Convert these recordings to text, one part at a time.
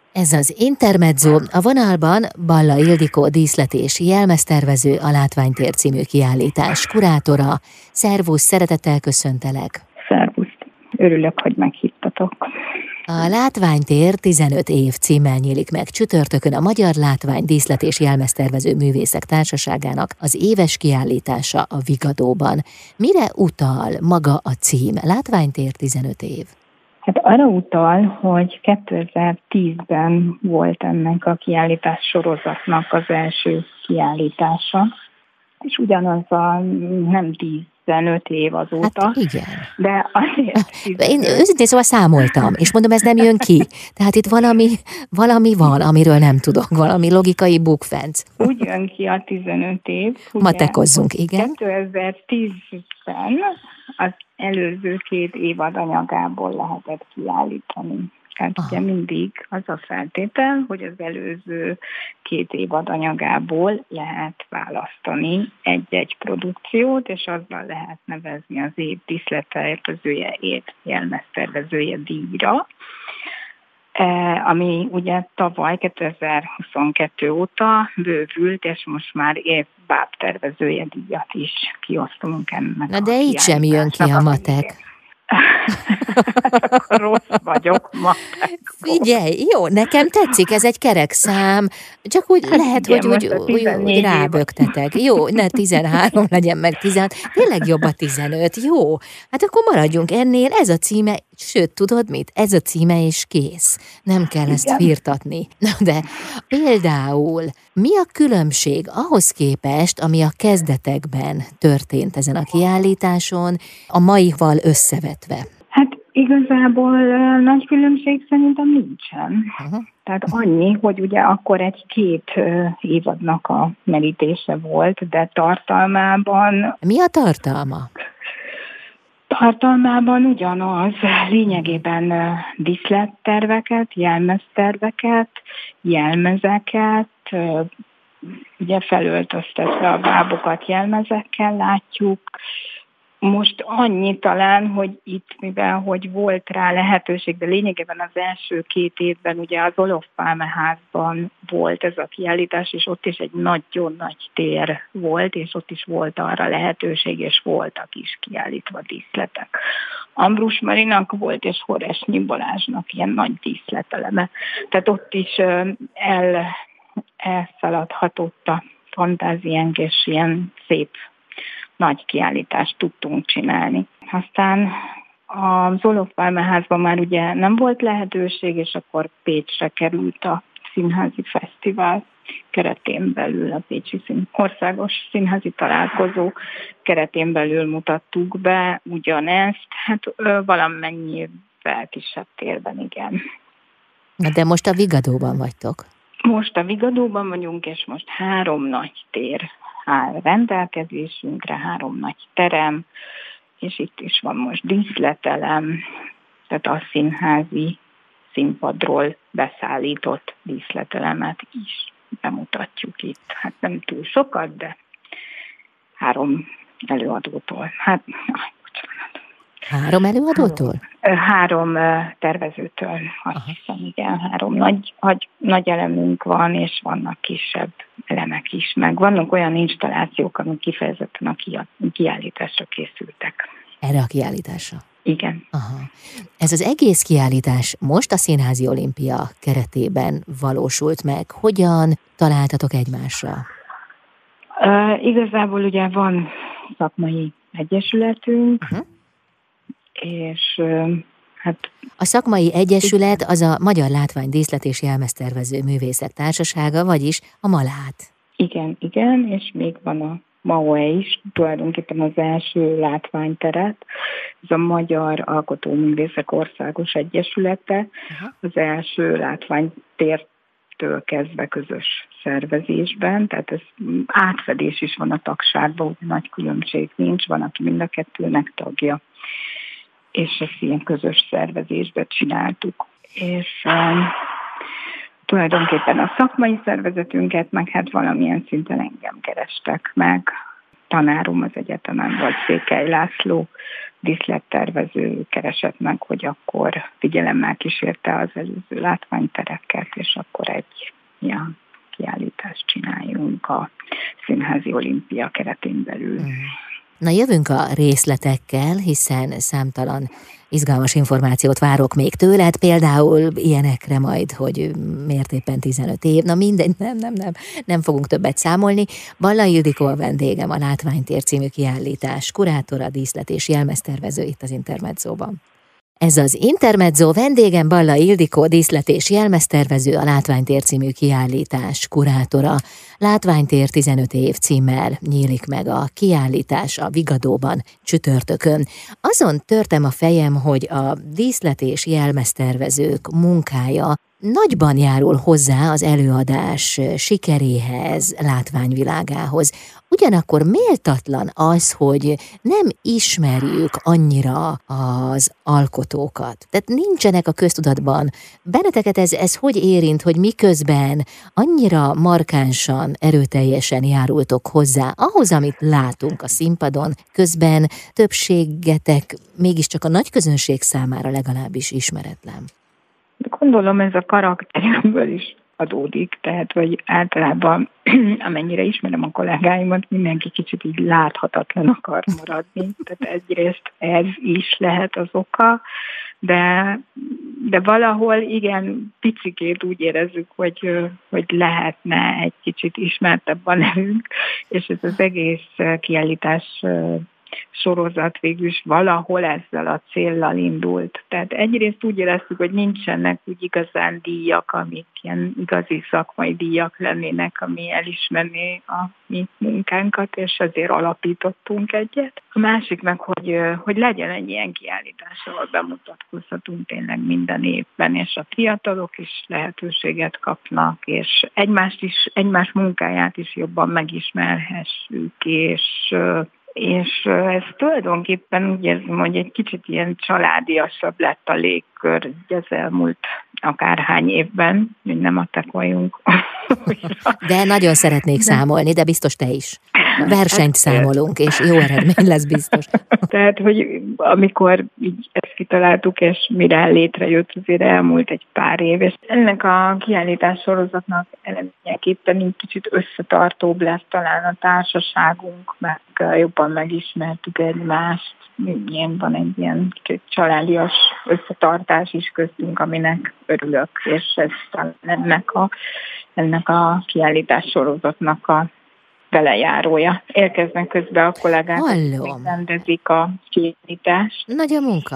Ez az Intermezzo, a vonalban Balla Ildikó díszlet- és jelmeztervező, a Látványtér című kiállítás kurátora. Szervusz, szeretettel köszöntelek! Szervusz! Örülök, hogy meghívtatok. A Látványtér 15 év címmel nyílik meg csütörtökön a Magyar Látvány Díszlet- és Jelmeztervező Művészek Társaságának az éves kiállítása a Vigadóban. Mire utal maga a cím? Látványtér 15 év. Hát arra utal, hogy 2010-ben volt ennek a kiállítás sorozatnak az első kiállítása, és ugyanaz a nem 15 év azóta. Hát igen. De azért... Én őszintén szóval számoltam, és mondom, ez nem jön ki. Tehát itt valami van, amiről nem tudok, valami logikai bukfenc. Úgy jön ki a 15 év. Matekozzunk, igen. 2010-ben az előző 2 évad anyagából lehetett kiállítani. Tehát ugye mindig az a feltétel, hogy az előző 2 évad anyagából lehet választani egy-egy produkciót, és azzal lehet nevezni az év díszlettervezője, év jelmeztervezője díjra, ami ugye tavaly 2022 óta bővült, és most már év bábtervezője díjat is kiosztunk ennek. Na de így sem jön ki a matek. Akkor rossz vagyok matekon. Figyelj, jó, nekem tetszik, ez egy kerek szám, csak úgy lehet, igen, hogy rábögtetek. Jó, ne 13 legyen meg 16, tényleg jobb a 15, jó. Hát akkor maradjunk ennél, ez a címe, sőt, tudod mit? Ez a címe és kész. Nem kell ezt firtatni. Na de például mi a különbség ahhoz képest, ami a kezdetekben történt ezen a kiállításon, a maival összevetve? Hát igazából nagy különbség szerintem nincsen. Tehát annyi, hogy ugye akkor egy 2 évadnak a merítése volt, de tartalmában... Mi a tartalma? Tartalmában ugyanaz, lényegében díszletterveket, jelmezterveket, jelmezeket, ugye felöltöztetve a bábokat jelmezekkel látjuk. Most annyi talán, hogy itt, mivel hogy volt rá lehetőség, de lényegében az első 2 évben ugye az Olof Palme házban volt ez a kiállítás, és ott is egy nagyon nagy tér volt, és ott is volt arra lehetőség, és voltak is kiállítva díszletek. Ambrus Marinak volt, és Horesnyi Balázsnak ilyen nagy díszleteleme. Tehát ott is elszaladhatott a fantáziánk, és ilyen szép nagy kiállítást tudtunk csinálni. Aztán az Olof Palme házban már ugye nem volt lehetőség, és akkor Pécsre került a színházi fesztivál keretén belül, a Pécsi Országos Színházi Találkozó keretén belül mutattuk be ugyanezt, hát valamennyivel kisebb térben, igen. Na de most a Vigadóban vagytok. Most a Vigadóban vagyunk, és most 3 nagy tér áll rendelkezésünkre, 3 nagy terem, és itt is van most díszletelem, tehát a színházi színpadról beszállított díszletelemet is bemutatjuk itt. Hát nem túl sokat, de 3 előadótól. Bocsánat. 3 előadótól? 3 tervezőtől, azt hiszem, igen, 3 nagy elemünk van, és vannak kisebb elemek is, meg vannak olyan installációk, amik kifejezetten a kiállításra készültek. Erre a kiállításra? Igen. Aha. Ez az egész kiállítás most a Színházi Olimpia keretében valósult meg. Hogyan találtatok egymásra? Igazából ugye van szakmai egyesületünk, és hát... A szakmai egyesület az a Magyar Látvány Díszlet- és Jelmeztervező Művészek Társasága, vagyis a MALÁT. Igen, és még van a MAOE is, tulajdonképpen az első látványteret, ez a Magyar Alkotóművészek Országos Egyesülete, az első látványtértől kezdve közös szervezésben, tehát ez átfedés is van a tagságban, nagy különbség nincs, van, aki mind a 2-nek tagja, és ezt ilyen közös szervezésben csináltuk. És tulajdonképpen a szakmai szervezetünket, meg hát valamilyen szinten engem kerestek meg. Tanárom az egyetemen volt, Székely László, díszlettervező, keresett meg, hogy akkor figyelemmel kísérte az előző látványtereket, és kiállítást csináljunk a Színházi Olimpia keretén belül. Na, jövünk a részletekkel, hiszen számtalan izgalmas információt várok még tőled, például ilyenekre majd, hogy miért éppen 15 év, na mindegy, nem fogunk többet számolni. Balla Ildikó a vendégem, a Látványtér című kiállítás kurátora, díszlet és jelmeztervező itt az Intermedzóban. Ez az Intermezzo, vendégem Balla Ildikó, díszlet és jelmeztervező, a Látványtér című kiállítás kurátora. Látványtér 15 év címmel nyílik meg a kiállítás a Vigadóban csütörtökön. Azon törtem a fejem, hogy a díszlet és jelmeztervezők munkája nagyban járul hozzá az előadás sikeréhez, látványvilágához. Ugyanakkor méltatlan az, hogy nem ismerjük annyira az alkotókat. Tehát nincsenek a köztudatban. Benneteket ez hogy érint, hogy miközben annyira markánsan, erőteljesen járultok hozzá ahhoz, amit látunk a színpadon, közben többségetek mégiscsak a nagy közönség számára legalábbis ismeretlen. Gondolom ez a karakteremből is adódik, tehát hogy általában amennyire ismerem a kollégáimat, mindenki kicsit így láthatatlan akar maradni. Tehát egyrészt ez is lehet az oka, de valahol igen, picikét úgy érezzük, hogy lehetne egy kicsit ismertebb a nevünk, és ez az egész kiállítás sorozat végül is valahol ezzel a céllal indult. Tehát egyrészt úgy éreztük, hogy nincsenek úgy igazán díjak, amik ilyen igazi szakmai díjak lennének, ami elismerné a mi munkánkat, és ezért alapítottunk egyet. A másik meg, hogy legyen egy ilyen kiállítás, ahol bemutatkozhatunk tényleg minden évben, és a fiatalok is lehetőséget kapnak, és egymás munkáját is jobban megismerhessük, és ez tulajdonképpen úgy érzem, hogy egy kicsit ilyen családiasabb lett a légkör az elmúlt akárhány évben, hogy nem adtak vagyunk. De nagyon szeretnék számolni, de biztos te is. Versenyt számolunk, és jó eredmény lesz biztos. Tehát, hogy amikor így ezt kitaláltuk, és mire létrejött, azért elmúlt egy pár év, és ennek a kiállítás sorozatnak eredményeképpen így kicsit összetartóbb lesz talán a társaságunk, meg jobban megismertük egymást. Ilyen van egy ilyen családias összetartás is köztünk, aminek örülök, és ez ennek a kiállítás sorozatnak a velejárója. Érkeznek közben a kollégák, akik rendezik a kiállítást. Nagy a munka.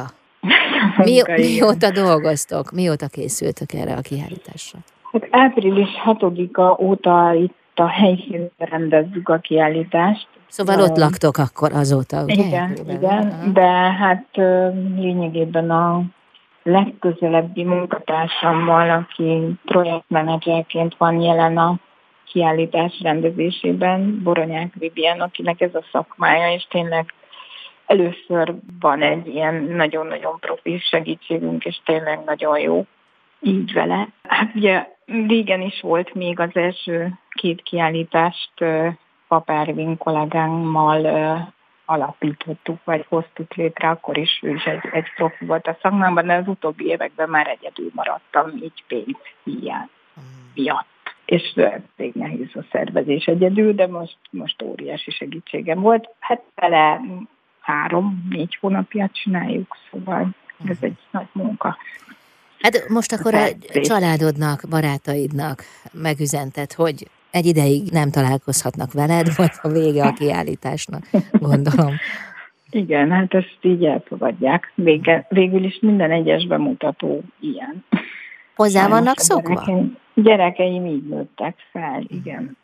Mióta dolgoztok? Mióta készültök erre a kiállításra? Hát április 6-a óta itt a helyszínen rendezzük a kiállítást. Szóval ott laktok akkor azóta, ugye? Igen, de hát lényegében a legközelebbi munkatársammal, aki projektmenedzserként van jelen a kiállítás rendezésében, Boronyák Vivien, akinek ez a szakmája, és tényleg először van egy ilyen nagyon-nagyon profi segítségünk, és tényleg nagyon jó így vele. Hát ugye régen is volt még az első 2 kiállítást Pap Ervin kollégámmal alapítottuk, vagy hoztuk létre, akkor is ő is egy profi volt a szakmában, de az utóbbi években már egyedül maradtam, így pénz hiány miatt. És elég nehéz a szervezés egyedül, de most óriási segítségem volt. Hát vele 3-4 hónapját csináljuk, szóval ez egy nagy munka. Hát most akkor a családodnak, barátaidnak megüzented, hogy egy ideig nem találkozhatnak veled, vagy a vége a kiállításnak, gondolom. Igen, hát ezt így elfogadják. Végül is minden egyes bemutató ilyen. Hozzá vannak szokva? Gyerekeim így nőttek fel, igen.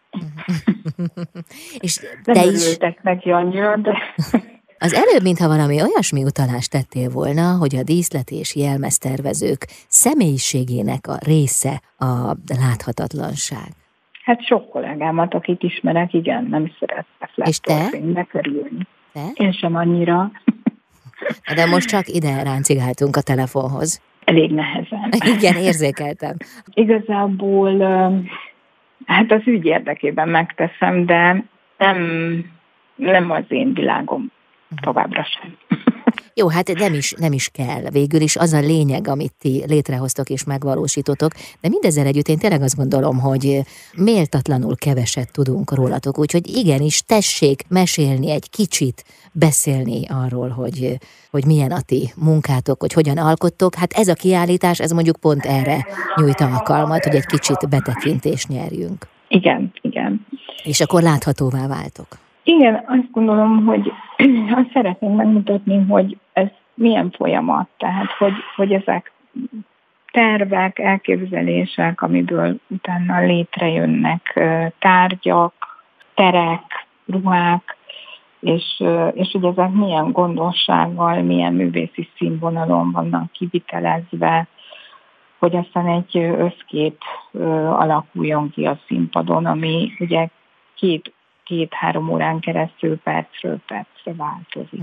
És te is örültek neki annyira, de... Az előbb, mintha valami olyasmi utalást tettél volna, hogy a díszlet és jelmeztervezők személyiségének a része a láthatatlanság. Hát sok kollégámat, akit ismerek, igen, nem szerettek reflektorfénybe kerülni. Te? Én sem annyira. De most csak ide ráncigáltunk a telefonhoz. Elég nehezen. Igen, érzékeltem. Igazából hát az ügy érdekében megteszem, de nem az én világom továbbra sem. Jó, hát nem is kell. Végül is az a lényeg, amit ti létrehoztok és megvalósítotok, de mindezzel együtt én tényleg azt gondolom, hogy méltatlanul keveset tudunk rólatok, úgyhogy igenis tessék mesélni egy kicsit, beszélni arról, hogy milyen a ti munkátok, hogy hogyan alkottok. Hát ez a kiállítás, ez mondjuk pont erre nyújt alkalmat, hogy egy kicsit betekintést nyerjünk. Igen, igen. És akkor láthatóvá váltok. Igen, azt gondolom, hogy azt szeretném megmutatni, hogy ez milyen folyamat, tehát hogy ezek tervek, elképzelések, amiből utána létrejönnek tárgyak, terek, ruhák, és hogy ezek milyen gondossággal, milyen művészi színvonalon vannak kivitelezve, hogy aztán egy összkép alakuljon ki a színpadon, ami ugye két-három órán keresztül percről percre változik.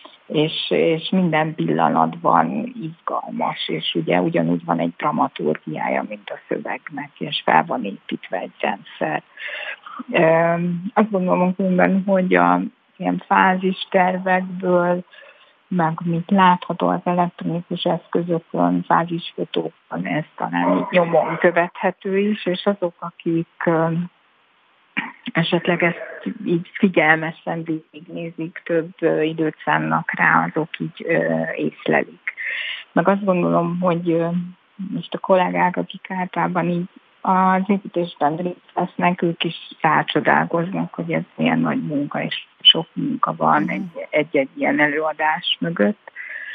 És minden pillanatban izgalmas, és ugye ugyanúgy van egy dramaturgiája, mint a szövegnek, és fel van építve egy rendszer. Azt gondolom különben, hogy a ilyen fázistervekből, meg amit látható az elektronikus eszközökön, fázisfotókon, ez talán nyomon követhető is, és azok, akik esetleg ezt így figyelmesen végignézik, több időt szánnak rá, azok így észlelik. Meg azt gondolom, hogy most a kollégák, akik általában így az építésben részt vesznek, ők is rácsodálkoznak, hogy ez milyen nagy munka, és sok munka van egy-egy ilyen előadás mögött.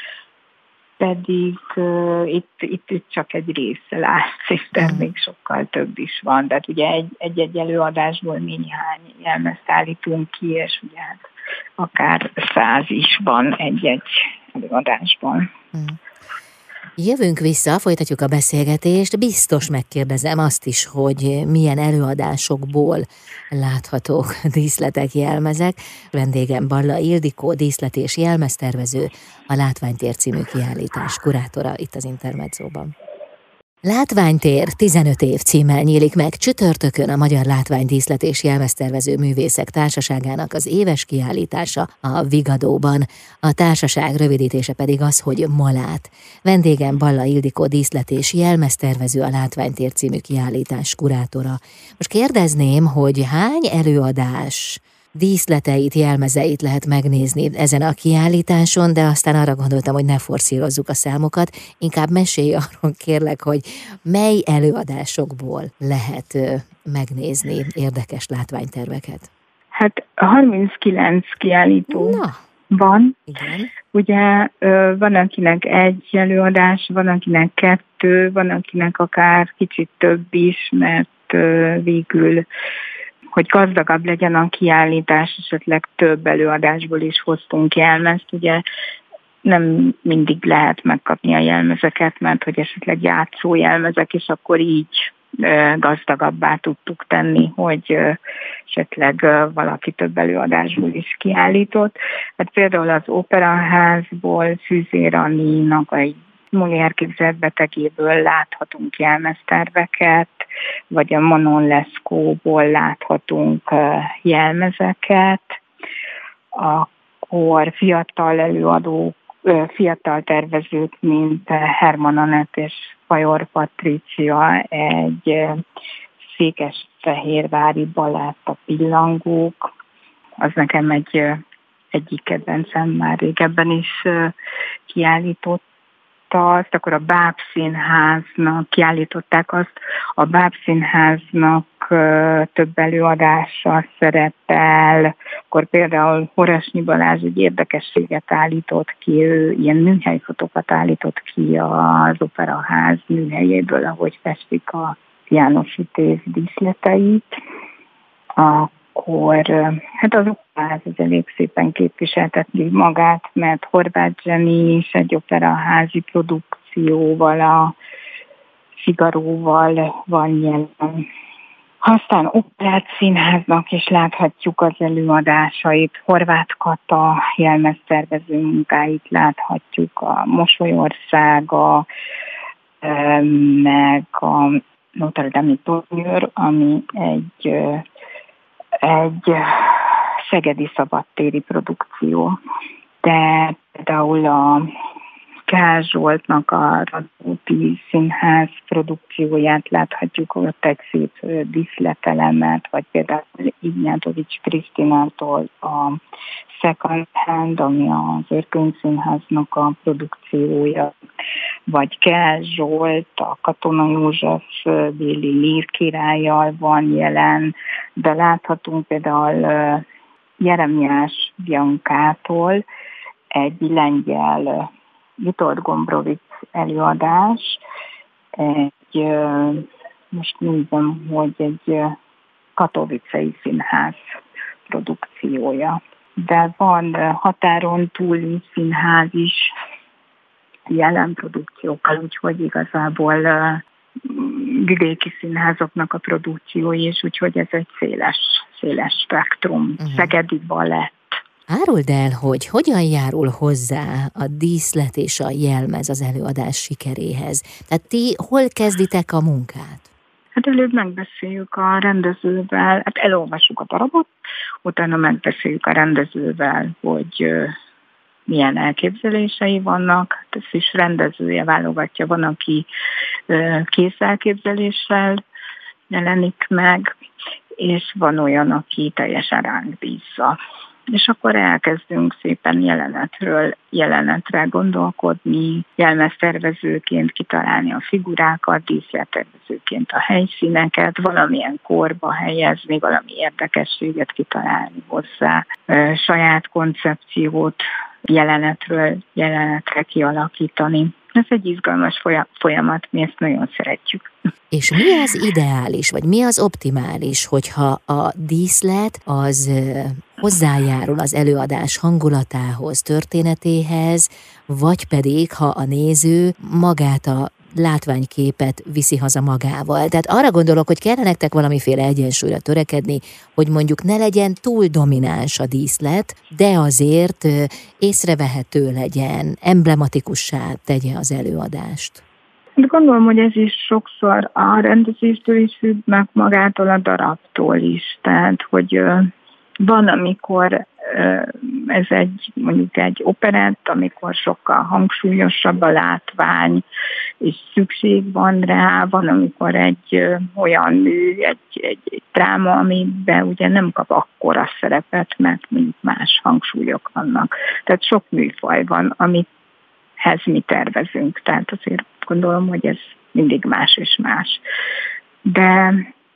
Pedig itt csak egy része látszik, de még sokkal több is van. Tehát ugye egy-egy előadásból néhány jelmezt állítunk ki, és ugye hát akár 100 is van egy-egy előadásban. Jövünk vissza, folytatjuk a beszélgetést. Biztos megkérdezem azt is, hogy milyen előadásokból láthatók díszletek, jelmezek. Vendégem Balla Ildikó, díszlet- és jelmeztervező, a Látványtér című kiállítás kurátora itt az Intermedzóban. Látványtér 15 év címmel nyílik meg csütörtökön a Magyar Látványdíszlet- és Jelmeztervező Művészek Társaságának az éves kiállítása a Vigadóban. A társaság rövidítése pedig az, hogy Malát. Vendégem Balla Ildikó, díszlet- és jelmeztervező, a Látványtér című kiállítás kurátora. Most kérdezném, hogy hány előadás díszleteit, jelmezeit lehet megnézni ezen a kiállításon, de aztán arra gondoltam, hogy ne forszírozzuk a számokat, inkább mesélj arról, kérlek, hogy mely előadásokból lehet megnézni érdekes látványterveket. Hát 39 kiállító van. Igen. Ugye van, akinek egy előadás, van, akinek 2, van, akinek akár kicsit több is, mert végül hogy gazdagabb legyen a kiállítás, esetleg több előadásból is hoztunk jelmezt. Ugye nem mindig lehet megkapni a jelmezeket, mert hogy esetleg játszó jelmezek, és akkor így gazdagabbá tudtuk tenni, hogy esetleg valaki több előadásból is kiállított. Hát például az Operaházból Füzér Anninak egy Molière képzelt betegéből láthatunk jelmezterveket, vagy a Manon Lescaut-ból láthatunk jelmezeket, akkor fiatal előadók, fiatal tervezők, mint Herman Anett és Fajor Patricia, egy székesfehérvári balett, a Pillangók, az nekem egyik kedvencem, már régebben is kiállított azt, akkor a Bábszínháznak kiállították azt, a Bábszínháznak több előadása szerepel, akkor például Horasnyi Balázs egy érdekességet állított ki, ő ilyen műhelyfotókat állított ki az Operaház műhelyéből, ahogy festik a János Vitéz díszleteit. Akkor hát az Operaház az elég szépen képviselteti magát, mert Horváth Zseni is egy operaházi produkcióval, a Figaróval van jelen. Aztán Operett Színháznak is láthatjuk az előadásait, Horváth Kata jelmeztervező munkáit láthatjuk, a Mosolyországa, meg a Notre Dame tornyőr, ami egy szegedi szabadtéri produkció. de például a K. Zsoltnak a Radnóti Színház produkcióját láthatjuk, ott egy szép díszletelemet, vagy például Ignatovics Krisztinától a Second Hand, ami az Örkény Színháznak a produkciója, vagy K. Zsolt, a Katona József béli lírkirállyal van jelen, de láthatunk például Jeremiás Biancától egy lengyel Witold Gombrowicz előadás, most nézem, hogy egy katowicei színház produkciója. De van határon túli színház is jelen produkciókkal, úgyhogy igazából vidéki színházoknak a produkciói, és úgyhogy ez egy széles spektrum, szegedi balett. Áruld el, hogy hogyan járul hozzá a díszlet és a jelmez az előadás sikeréhez. Tehát ti hol kezditek a munkát? Hát előbb megbeszéljük a rendezővel, hát elolvassuk a darabot, utána megbeszéljük a rendezővel, hogy milyen elképzelései vannak. Hát ezt is rendezője válogatja, van, aki kész elképzelésetre jelenik meg, és van olyan, aki teljesen ránk bízza. És akkor elkezdünk szépen jelenetről jelenetre gondolkodni, jelmeztervezőként kitalálni a figurákat, díszlettervezőként a helyszíneket, valamilyen korba helyezni, valami érdekességet kitalálni hozzá, saját koncepciót jelenetről jelenetre kialakítani. Ez egy izgalmas folyamat, mi ezt nagyon szeretjük. És mi az ideális, vagy mi az optimális, hogyha a díszlet az hozzájárul az előadás hangulatához, történetéhez, vagy pedig, ha a néző magát a látványképet viszi haza magával. Tehát arra gondolok, hogy kellene nektek valamiféle egyensúlyra törekedni, hogy mondjuk ne legyen túl domináns a díszlet, de azért észrevehető legyen, emblematikussá tegye az előadást. Gondolom, hogy ez is sokszor a rendezéstől is függ, meg magától a darabtól is. Tehát, hogy van, amikor ez mondjuk egy operett, amikor sokkal hangsúlyosabb a látvány, és szükség van rá, van, amikor egy olyan mű, egy dráma, amiben ugye nem kap akkora szerepet, mert mondjuk más hangsúlyok vannak. Tehát sok műfaj van, amithez mi tervezünk. Tehát azért gondolom, hogy ez mindig más és más. De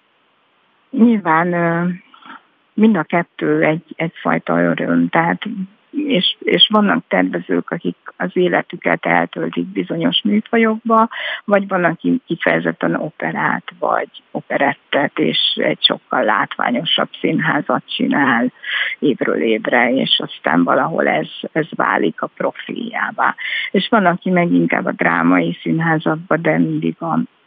nyilván mind a kettő egyfajta öröm, tehát, és vannak tervezők, akik az életüket eltöltik bizonyos műfajokba, vagy van, aki kifejezetten operát, vagy operettet, és egy sokkal látványosabb színházat csinál évről évre, és aztán valahol ez válik a profiljává. És van, aki meg inkább a drámai színházakba, de mindig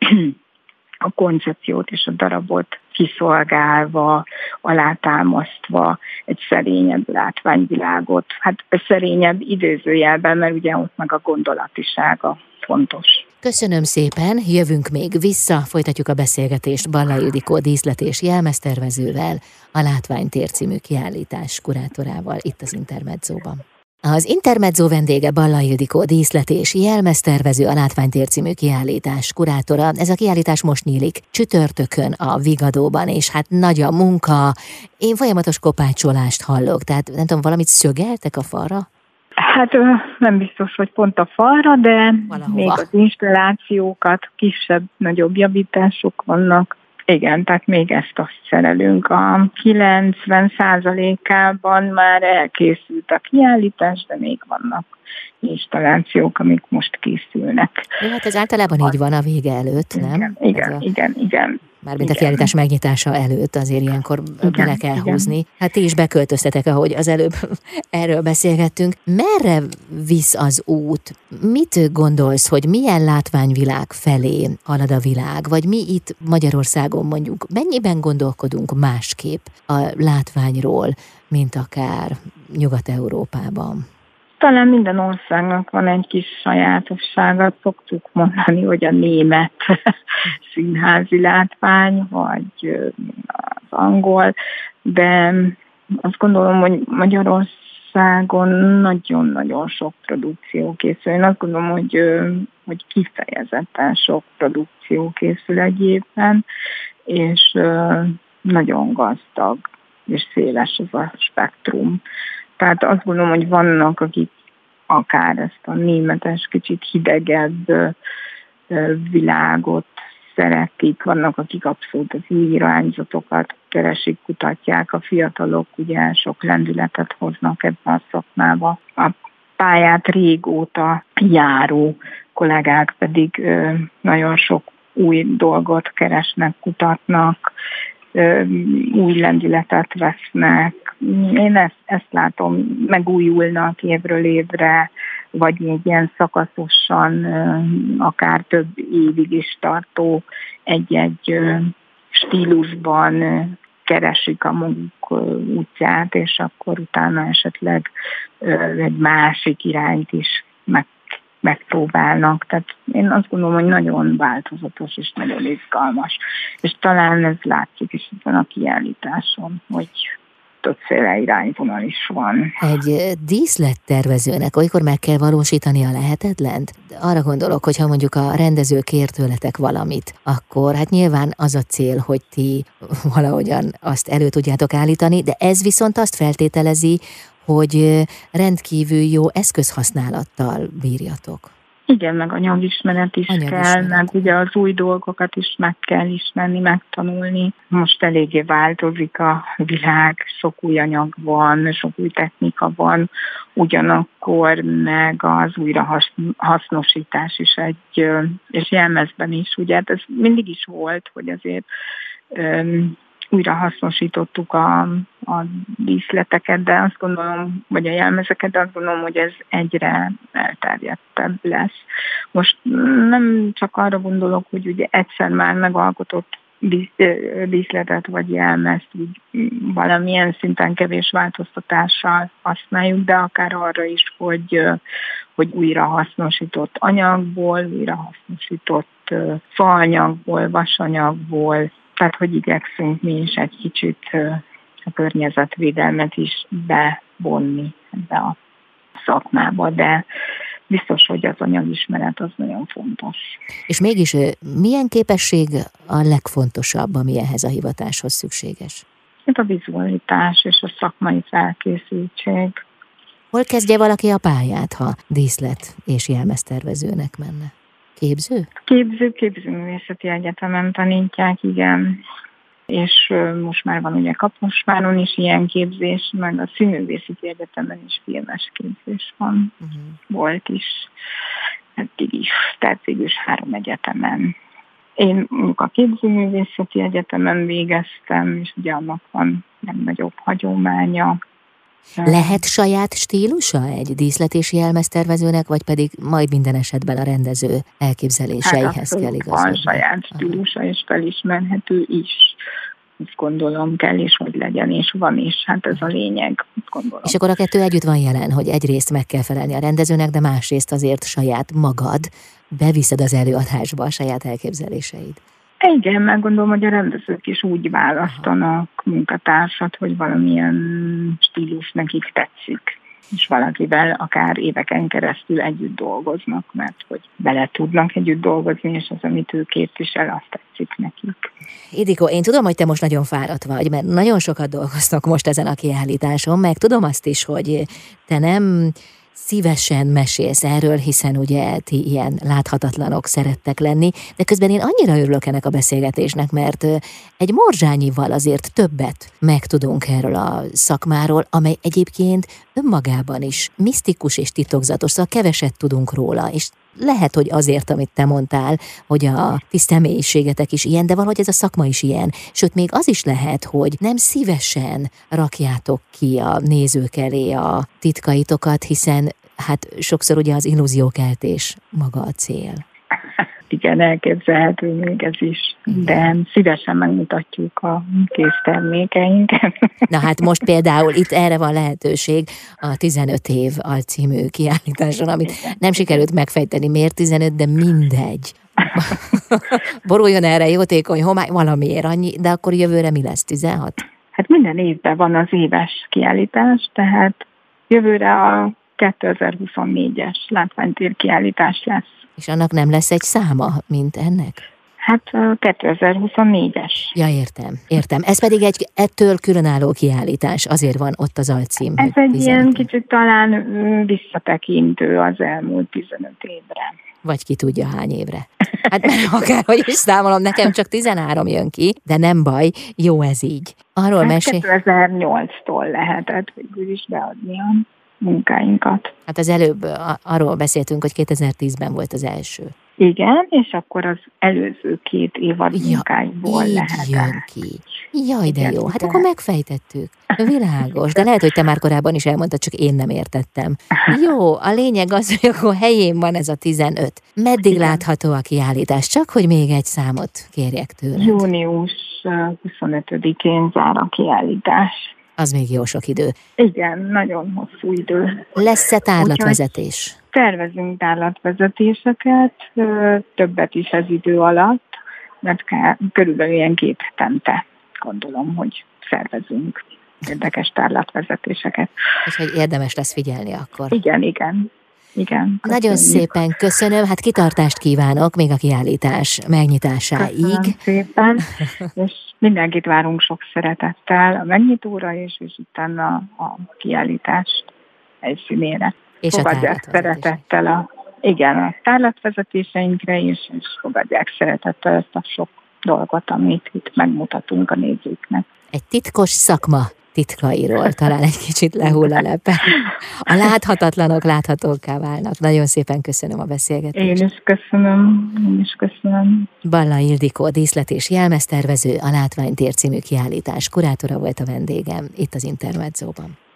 a koncepciót és a darabot kiszolgálva, alátámasztva egy szerényebb látványvilágot. Hát szerényebb idézőjelben, mert ugye ott meg a gondolatisága fontos. Köszönöm szépen, jövünk még vissza, folytatjuk a beszélgetést Ballai Ildikó díszlet- és jelmeztervezővel, a Látványtér című kiállítás kurátorával itt az Intermedzóban. Az Intermezzo vendége Ballai Ildikó díszlet- és jelmeztervező, a Látványtér című kiállítás kurátora. Ez a kiállítás most nyílik csütörtökön a Vigadóban, és hát nagy a munka. Én folyamatos kopácsolást hallok, tehát nem tudom, valamit szögeltek a falra? Hát nem biztos, hogy pont a falra, de valahova. Még az installációkat, kisebb-nagyobb javítások vannak. Igen, tehát még ezt szerelünk. A 90%-ában már elkészült a kiállítás, de még vannak installációk, amik most készülnek. Jó, hát ez általában így van a vége előtt, nem? Igen. Mármint a kiállítás megnyitása előtt azért ilyenkor bele kell húzni. Hát ti is beköltöztetek, ahogy az előbb erről beszélgettünk. Merre visz az út? Mit gondolsz, hogy milyen látványvilág felé halad a világ? Vagy mi itt Magyarországon mondjuk, mennyiben gondolkodunk másképp a látványról, mint akár Nyugat-Európában? Talán minden országnak van egy kis sajátossága, szoktuk mondani, hogy a német színházi látvány, vagy az angol, de azt gondolom, hogy Magyarország Magyarországon nagyon-nagyon sok produkció készül. Én azt gondolom, hogy kifejezetten sok produkció készül egy évben, és nagyon gazdag és széles az a spektrum. Tehát azt gondolom, hogy vannak, akik akár ezt a németes, kicsit hidegebb világot szeretik, vannak, akik abszolút az új irányzatokat keresik, kutatják, a fiatalok ugye sok lendületet hoznak ebben a szakmába. A pályát régóta járó kollégák pedig nagyon sok új dolgot keresnek, kutatnak, új lendületet vesznek. Én ezt látom, megújulnak évről évre, vagy egy ilyen szakaszosan, akár több évig is tartó egy-egy stílusban keresik a maguk útját, és akkor utána esetleg egy másik irányt is megpróbálnak. Tehát én azt gondolom, hogy nagyon változatos és nagyon izgalmas. És talán ez látszik is ezen a kiállításon, hogy többféle irányvonal is van. Egy díszlettervezőnek olykor meg kell valósítani a lehetetlent? Arra gondolok, hogy ha mondjuk a rendező kér tőletek valamit, akkor hát nyilván az a cél, hogy ti valahogyan azt elő tudjátok állítani, de ez viszont azt feltételezi, hogy rendkívül jó eszközhasználattal bírjatok. Igen, meg anyagismeret is kell, meg ugye az új dolgokat is meg kell ismerni, megtanulni. Most eléggé változik a világ, sok új anyag van, sok új technika van, ugyanakkor meg az újrahasznosítás is és jelmezben is, ugye hát ez mindig is volt, hogy azért újra hasznosítottuk a díszleteket, de azt gondolom, vagy a jelmezeket, de azt gondolom, hogy ez egyre elterjedtebb lesz. Most nem csak arra gondolok, hogy ugye egyszer már megalkotott díszletet vagy jelmezt úgy valamilyen szinten kevés változtatással használjuk, de akár arra is, hogy újrahasznosított anyagból, újrahasznosított faanyagból, vasanyagból, tehát hogy igyekszünk mi is egy kicsit a környezetvédelmet is bevonni ebbe a szakmába, de biztos, hogy az anyagismeret az nagyon fontos. És mégis milyen képesség a legfontosabb, ami ehhez a hivatáshoz szükséges? Hát a vizualitás és a szakmai felkészültség. Hol kezdje valaki a pályát, ha díszlet és jelmeztervezőnek menne? Képző? Képzőművészeti egyetemen tanítják, igen. És most már van ugye Kaposváron is ilyen képzés, meg a Színművészeti Egyetemen is filmes képzés van. Volt is, eddig is, tehát végül is 3 egyetemen. Én a Képzőművészeti Egyetemen végeztem, és ugye annak van legnagyobb hagyománya. Lehet saját stílusa egy díszlet- és jelmeztervezőnek, vagy pedig majd minden esetben a rendező elképzeléseihez kell igazodni? Van saját stílusa, és felismerhető is. Azt gondolom, kell is, hogy legyen, és van is. Hát ez a lényeg, azt gondolom. És akkor a kettő együtt van jelen, hogy egyrészt meg kell felelni a rendezőnek, de másrészt azért saját magad beviszed az előadásba a saját elképzeléseid. Igen, meg gondolom, hogy a rendezők is úgy választanak munkatársat, hogy valamilyen stílus nekik tetszik, és valakivel akár éveken keresztül együtt dolgoznak, mert hogy bele tudnak együtt dolgozni, és az, amit ő képvisel, azt tetszik nekik. Ildikó, én tudom, hogy te most nagyon fáradt vagy, mert nagyon sokat dolgoztok most ezen a kiállításon, meg tudom azt is, hogy te nem szívesen mesélsz erről, hiszen ugye ti ilyen láthatatlanok szerettek lenni, de közben én annyira örülök ennek a beszélgetésnek, mert egy morzsányival azért többet megtudunk erről a szakmáról, amely egyébként önmagában is misztikus és titokzatos, szóval keveset tudunk róla, és lehet, hogy azért, amit te mondtál, hogy a ti személyiségetek is ilyen, de valahogy ez a szakma is ilyen. Sőt, még az is lehet, hogy nem szívesen rakjátok ki a nézők elé a titkaitokat, hiszen hát sokszor ugye az illúziókeltés maga a cél. Igen, elképzelhető még ez is, de szívesen megmutatjuk a késztermékeinket. Na hát most például itt erre van lehetőség a 15 év alcímű kiállításon, amit nem sikerült megfejteni, miért 15, de mindegy. Boruljon erre jótékony homály, valamiért annyi, de akkor jövőre mi lesz, 16? Hát minden évben van az éves kiállítás, tehát Jövőre a 2024-es látványtér kiállítás lesz. És annak nem lesz egy száma, mint ennek? Hát a 2024-es. Ja, értem. Ez pedig egy ettől különálló kiállítás, azért van ott az alcím. Ez egy ilyen kicsit talán visszatekintő az elmúlt 15 évre. Vagy ki tudja hány évre. Hát mert akárhogy is számolom, nekem csak 13 jön ki, de nem baj, jó ez így. Arról hát mesélj. 2008-tól lehetett végül is beadni a munkáinkat. Hát az előbb arról beszéltünk, hogy 2010-ben volt az első. Igen, és akkor az előző 2 évad munkáiból lehetett. Jön ki. Jaj, de jó. Hát akkor megfejtettük. Világos. De lehet, hogy te már korábban is elmondtad, csak én nem értettem. Jó, a lényeg az, hogy akkor helyén van ez a 15. Meddig látható a kiállítás? Csak hogy még egy számot kérjek tőled. Június 25-én zár a kiállítás. Az még jó sok idő. Igen, nagyon hosszú idő. Lesz-e tárlatvezetés? Tervezünk tárlatvezetéseket, többet is az idő alatt, mert körülbelül ilyen 2 hetente gondolom, hogy szervezünk érdekes tárlatvezetéseket. És hogy érdemes lesz figyelni akkor. Igen. Nagyon szépen köszönöm, hát kitartást kívánok még a kiállítás megnyitásáig. Köszönöm szépen, és mindenkit várunk sok szeretettel a megnyitóra, és utána a kiállítás helyszínére. És fogadják szeretettel a tárlatvezetéseinkre is, és fogadják szeretettel ezt a sok dolgot, amit itt megmutatunk a nézőknek. Egy titkos szakma titkairól talán egy kicsit lehull a lepe. A láthatatlanok láthatókká válnak. Nagyon szépen köszönöm a beszélgetést. Én is köszönöm. Balla Ildikó, díszlet- és jelmeztervező, a Látványtér című kiállítás kurátora volt a vendégem itt az Intermedzóban.